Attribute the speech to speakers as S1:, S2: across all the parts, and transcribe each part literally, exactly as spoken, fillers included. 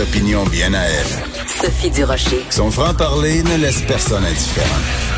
S1: opinions bien à elle.
S2: Sophie Durocher.
S1: Son franc-parler ne laisse personne indifférent.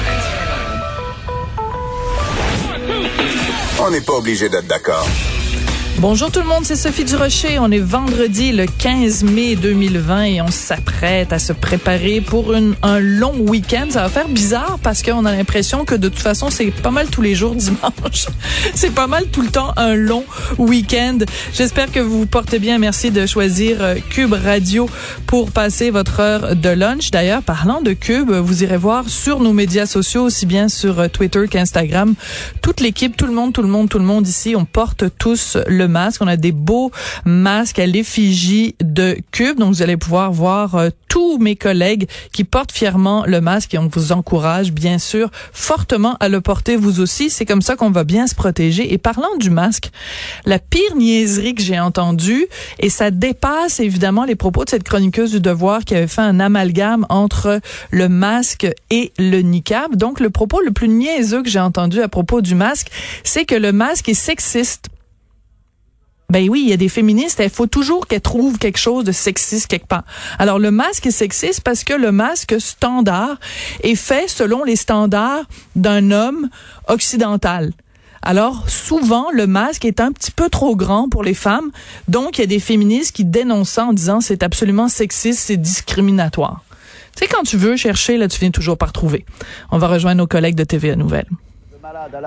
S1: On n'est pas obligé d'être d'accord.
S3: Bonjour tout le monde, c'est Sophie Durocher. On est vendredi le quinze mai deux mille vingt et on s'apprête à se préparer pour une, un long week-end. Ça va faire bizarre parce qu'on a l'impression que de toute façon, c'est pas mal tous les jours dimanche. C'est pas mal tout le temps un long week-end. J'espère que vous vous portez bien. Merci de choisir Cube Radio pour passer votre heure de lunch. D'ailleurs, parlant de Cube, vous irez voir sur nos médias sociaux, aussi bien sur Twitter qu'Instagram, toute l'équipe, tout le monde, tout le monde, tout le monde ici, on porte tous le masque. On a des beaux masques à l'effigie de Cube. Donc, vous allez pouvoir voir euh, tous mes collègues qui portent fièrement le masque et on vous encourage, bien sûr, fortement à le porter vous aussi. C'est comme ça qu'on va bien se protéger. Et parlant du masque, la pire niaiserie que j'ai entendue, et ça dépasse évidemment les propos de cette chroniqueuse du Devoir qui avait fait un amalgame entre le masque et le niqab. Donc, le propos le plus niaiseux que j'ai entendu à propos du masque, c'est que le masque est sexiste. Ben oui, il y a des féministes, il faut toujours qu'elles trouvent quelque chose de sexiste quelque part. Alors, le masque est sexiste parce que le masque standard est fait selon les standards d'un homme occidental. Alors, souvent, le masque est un petit peu trop grand pour les femmes. Donc, il y a des féministes qui dénoncent ça en disant c'est absolument sexiste, c'est discriminatoire. Tu sais, quand tu veux chercher, là, tu viens toujours par trouver. On va rejoindre nos collègues de T V A Nouvelles.